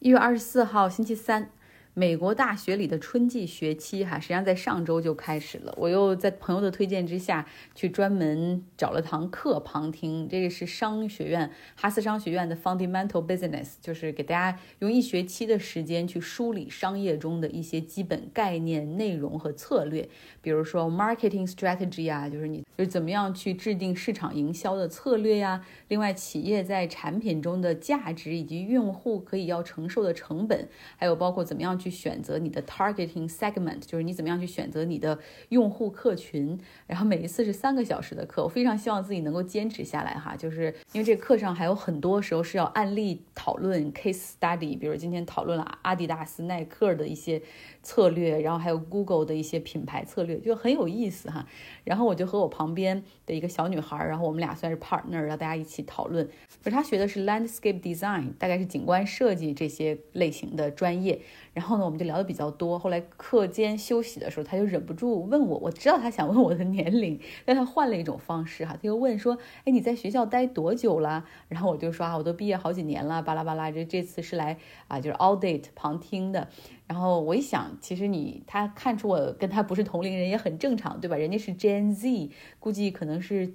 1月24号星期三，美国大学里的春季学期实际上在上周就开始了。我又在朋友的推荐之下去专门找了堂课旁听，这个是商学院哈斯商学院的 Fundamental Business， 就是给大家用1学期的时间去梳理商业中的一些基本概念、内容和策略，比如说 marketing strategy 啊，就是怎么样去制定市场营销的策略呀。另外，企业在产品中的价值以及用户可以要承受的成本，还有包括怎么样去选择你的 targeting segment， 就是你怎么样去选择你的用户客群。然后每一次是3个小时的课，我非常希望自己能够坚持下来就是因为这个课上还有很多时候是要案例讨论 case study， 比如今天讨论了阿迪达斯、耐克的一些策略，然后还有 Google 的一些品牌策略，就很有意思然后我就和我旁边的一个小女孩，然后我们俩算是 partner， 让大家一起讨论。她学的是 landscape design， 大概是景观设计这些类型的专业。然后呢，我们就聊得比较多。后来课间休息的时候，她就忍不住问我，我知道她想问我的年龄，但她换了一种方式她就问说，哎，你在学校待多久了？然后我就说我都毕业好几年了，巴拉巴拉。这次是来就是 audit 旁听的。然后我一想，其实他看出我跟他不是同龄人也很正常，对吧？人家是 Gen Z， 估计可能是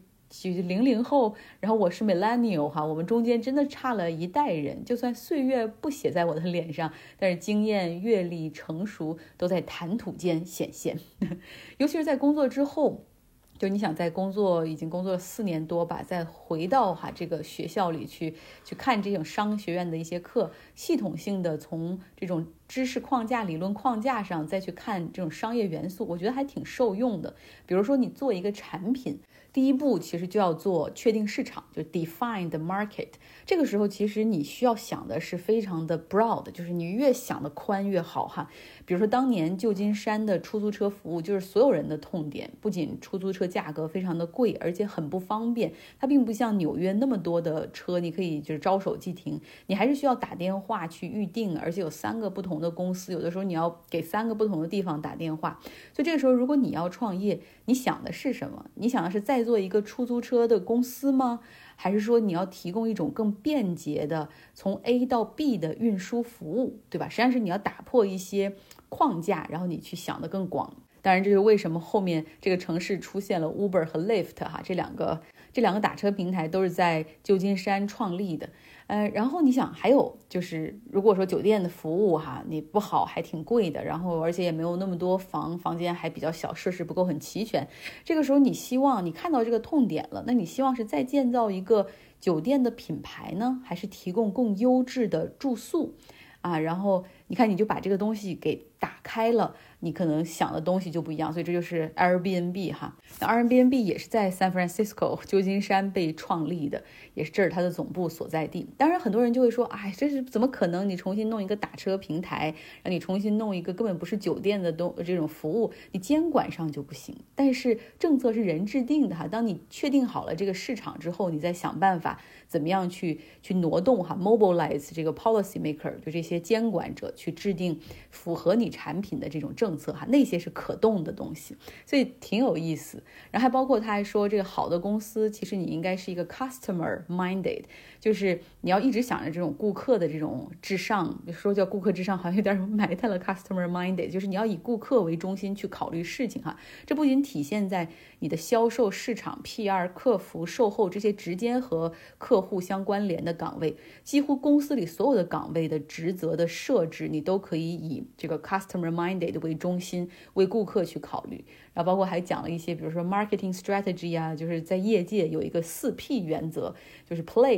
00后，然后我是 Millennial 我们中间真的差了一代人。就算岁月不写在我的脸上，但是经验、阅历、成熟都在谈吐间显现。尤其是在工作之后，就你想在已经工作了4年多吧，再回到这个学校里去看这种商学院的一些课，系统性的从这种知识框架、理论框架上再去看这种商业元素，我觉得还挺受用的。比如说你做一个产品，第一步其实就要做确定市场，就 define the market。 这个时候其实你需要想的是非常的 broad， 就是你越想的宽越好比如说当年旧金山的出租车服务就是所有人的痛点，不仅出租车价格非常的贵，而且很不方便。它并不像纽约那么多的车你可以就是招手即停，你还是需要打电话去预定，而且有3个不同的公司，有的时候你要给3个不同的地方打电话。所以这个时候如果你要创业，你想的是什么？你想的是再做一个出租车的公司吗？还是说你要提供一种更便捷的从 A 到 B 的运输服务，对吧？实际上是你要打破一些框架，然后你去想得更广。当然这就是为什么后面这个城市出现了 Uber 和 Lyft 这两个打车平台都是在旧金山创立的。然后你想还有就是如果说酒店的服务你不好还挺贵的，然后而且也没有那么多房间还比较小，设施不够很齐全。这个时候你希望你看到这个痛点了，那你希望是再建造一个酒店的品牌呢，还是提供更优质的住宿然后你看你就把这个东西给打开了，你可能想的东西就不一样。所以这就是 Airbnb 那 Airbnb 也是在 San Francisco 旧金山被创立的，也是这是它的总部所在地。当然很多人就会说，这是怎么可能？你重新弄一个打车平台，让你重新弄一个根本不是酒店的这种服务，你监管上就不行。但是政策是人制定的当你确定好了这个市场之后，你再想办法怎么样去挪动mobilize 这个 policy maker， 就这些监管者去制定符合你产品的这种政策那些是可动的东西，所以挺有意思。然后还包括他还说，这个好的公司其实你应该是一个 customer minded， 就是你要一直想着这种顾客的这种至上，说叫顾客至上好像有点埋汰了 customer minded， 就是你要以顾客为中心去考虑事情这不仅体现在你的销售、市场、PR、客服、售后这些直接和客户相关联的岗位，几乎公司里所有的岗位的职责的设置，你都可以以这个 customer minded 为中心，为顾客去考虑。然后包括还讲了一些，比如说 marketing strategy 就是在业界有一个4P 原则，就是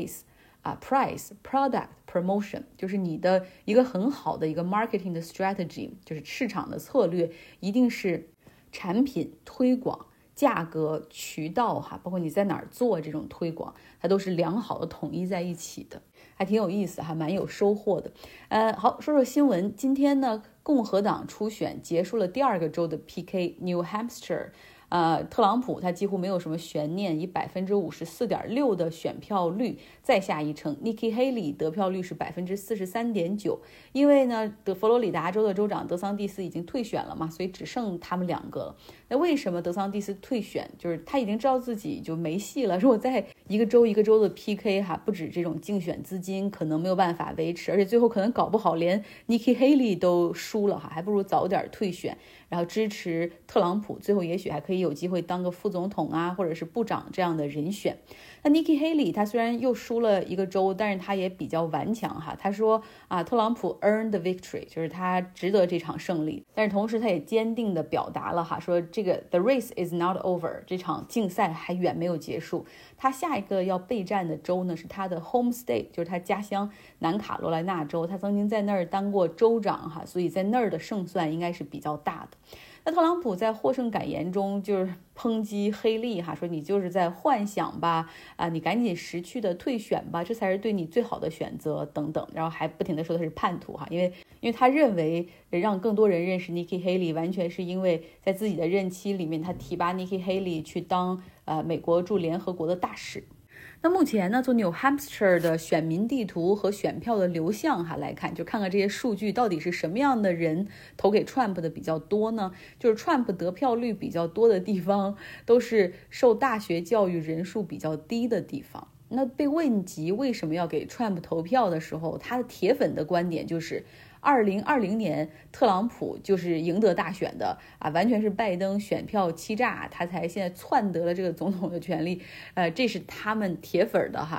place、price、product、promotion， 就是你的一个很好的一个 marketing 的 strategy， 就是市场的策略，一定是产品推广、价格、渠道包括你在哪儿做这种推广，它都是良好的统一在一起的，还挺有意思，还蛮有收获的。好，说说新闻。今天呢，共和党初选结束了第2个州的 PK， New Hampshire 特朗普他几乎没有什么悬念，以54.6%的选票率再下一城。Nikki Haley 得票率是43.9%，因为呢，佛罗里达州的州长德桑蒂斯已经退选了嘛，所以只剩他们2个了。那为什么德桑蒂斯退选？就是他已经知道自己就没戏了。如果在一个州一个州的 PK 不止这种竞选资金可能没有办法维持，而且最后可能搞不好连 Nikki Haley 都输了还不如早点退选，然后支持特朗普，最后也许还可以有机会当个副总统或者是部长这样的人选。那 Nikki Haley 他虽然又输了一个州，但是他也比较顽强他说特朗普 earned the victory， 就是他值得这场胜利，但是同时他也坚定地表达了说这个 the race is not over， 这场竞赛还远没有结束。他下一个要备战的州呢是他的 home state， 就是他家乡南卡罗来纳州，他曾经在那儿当过州长所以在那儿的胜算应该是比较大的。那特朗普在获胜感言中就是抨击黑利说你就是在幻想吧，你赶紧识趣的退选吧，这才是对你最好的选择等等，然后还不停的说他是叛徒因为他认为让更多人认识 Nikki Haley 完全是因为在自己的任期里面他提拔 Nikki Haley 去当美国驻联合国的大使。那目前呢，从 New Hampshire 的选民地图和选票的流向来看，就看看这些数据到底是什么样的人投给 Trump 的比较多呢？就是 Trump 得票率比较多的地方都是受大学教育人数比较低的地方。那被问及为什么要给 Trump 投票的时候，他的铁粉的观点就是2020年特朗普就是赢得大选的完全是拜登选票欺诈，他才现在篡得了这个总统的权利。这是他们铁粉的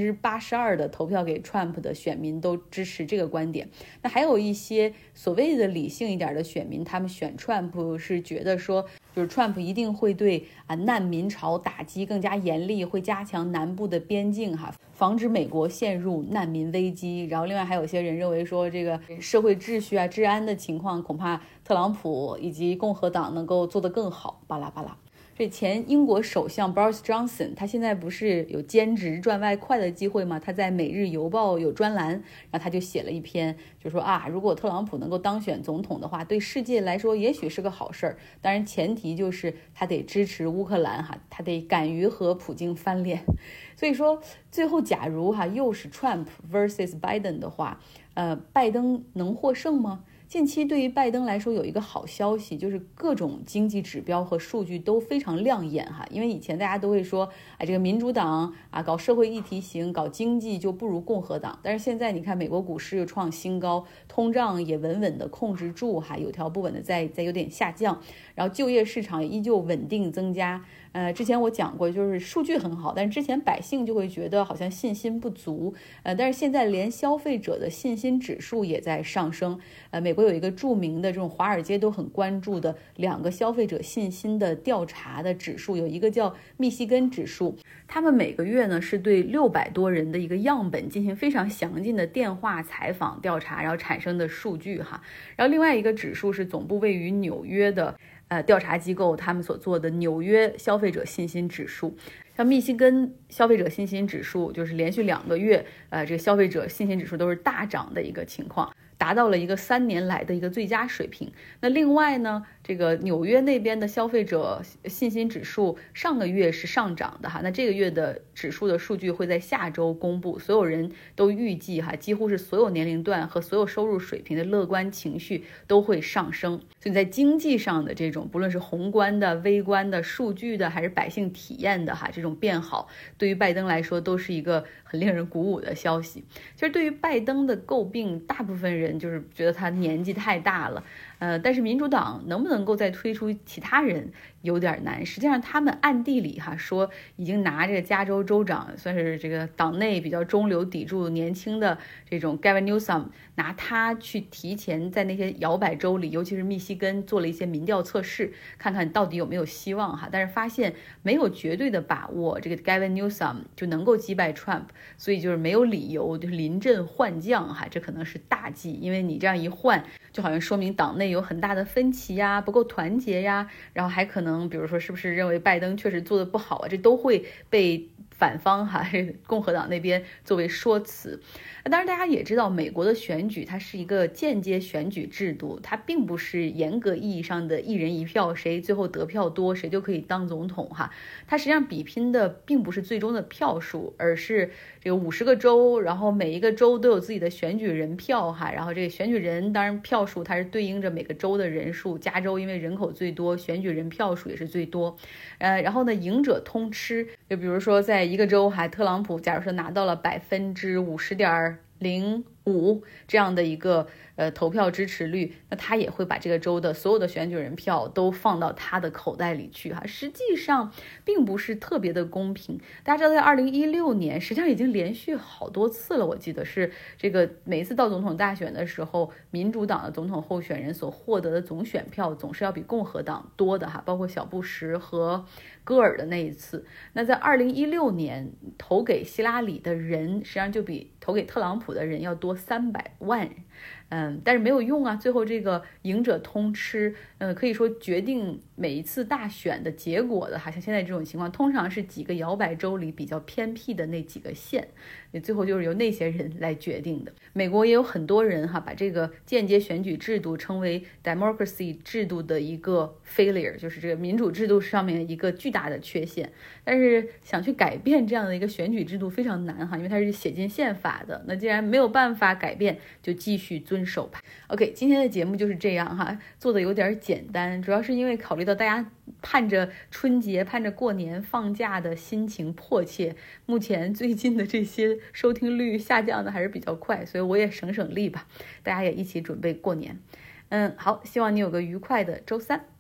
82%的投票给 Trump 的选民都支持这个观点。那还有一些所谓的理性一点的选民，他们选 Trump 是觉得说就是 Trump 一定会对难民潮打击更加严厉，会加强南部的边境防止美国陷入难民危机。然后另外还有些人认为说这个社会秩序治安的情况恐怕特朗普以及共和党能够做得更好，巴拉巴拉。这前英国首相 Boris Johnson 他现在不是有兼职赚外快的机会吗？他在每日邮报有专栏，然后他就写了一篇，就说如果特朗普能够当选总统的话，对世界来说也许是个好事儿，当然前提就是他得支持乌克兰他得敢于和普京翻脸。所以说最后假如又是 Trump versus Biden 的话，拜登能获胜吗？近期对于拜登来说有一个好消息，就是各种经济指标和数据都非常亮眼因为以前大家都会说这个民主党搞社会议题型搞经济就不如共和党，但是现在你看美国股市又创新高，通胀也稳稳的控制住有条不紊的在有点下降，然后就业市场也依旧稳定增加。之前我讲过就是数据很好，但是之前百姓就会觉得好像信心不足，但是现在连消费者的信心指数也在上升。美国有一个著名的这种华尔街都很关注的2个消费者信心的调查的指数，有一个叫密西根指数，他们每个月呢是对600多人的一个样本进行非常详尽的电话采访调查，然后产生的数据然后另外一个指数是总部位于纽约的调查机构他们所做的纽约消费者信心指数。像密西根消费者信心指数就是连续2个月这个消费者信心指数都是大涨的一个情况，达到了一个3年来的一个最佳水平。那另外呢，这个纽约那边的消费者信心指数上个月是上涨的那这个月的指数的数据会在下周公布，所有人都预计几乎是所有年龄段和所有收入水平的乐观情绪都会上升。所以在经济上的这种不论是宏观的、微观的、数据的还是百姓体验的这种变好，对于拜登来说都是一个很令人鼓舞的消息。其实对于拜登的诟病，大部分人就是觉得他年纪太大了，但是民主党能不能够再推出其他人有点难。实际上他们暗地里说已经拿这个加州州长算是这个党内比较中流砥柱年轻的这种 Gavin Newsom， 拿他去提前在那些摇摆州里，尤其是密西根做了一些民调测试，看看到底有没有希望但是发现没有绝对的把握这个 Gavin Newsom 就能够击败 Trump， 所以就是没有理由就是临阵换将这可能是大忌。因为你这样一换，就好像说明党内有很大的分歧不够团结然后还可能比如说是不是认为拜登确实做得不好这都会被反方哈，共和党那边作为说辞。当然大家也知道，美国的选举它是一个间接选举制度，它并不是严格意义上的一人一票，谁最后得票多谁就可以当总统哈。它实际上比拼的并不是最终的票数，而是这个50个州，然后每一个州都有自己的选举人票哈，然后这个选举人当然票数它是对应着每个州的人数，加州因为人口最多，选举人票数也是最多。然后呢，赢者通吃，就比如说在一个州特朗普假如说拿到了50.05%这样的一个投票支持率，那他也会把这个州的所有的选举人票都放到他的口袋里去哈。实际上并不是特别的公平。大家知道，在2016年，实际上已经连续好多次了，我记得是这个每一次到总统大选的时候，民主党的总统候选人所获得的总选票总是要比共和党多的哈，包括小布什和戈尔的那一次。那在2016年投给希拉里的人，实际上就比投给特朗普的人要多300万人。但是没有用啊，最后这个赢者通吃，可以说决定每一次大选的结果的哈，像现在这种情况，通常是几个摇摆州里比较偏僻的那几个县，最后就是由那些人来决定的。美国也有很多人哈，把这个间接选举制度称为 democracy 制度的一个 failure， 就是这个民主制度上面一个巨大的缺陷。但是想去改变这样的一个选举制度非常难哈，因为它是写进宪法的。那既然没有办法改变，就继续遵守吧。OK， 今天的节目就是这样哈，做的有点简单，主要是因为考虑到大家盼着春节、盼着过年放假的心情迫切，目前最近的这些收听率下降的还是比较快，所以我也省省力吧，大家也一起准备过年。好，希望你有个愉快的周三。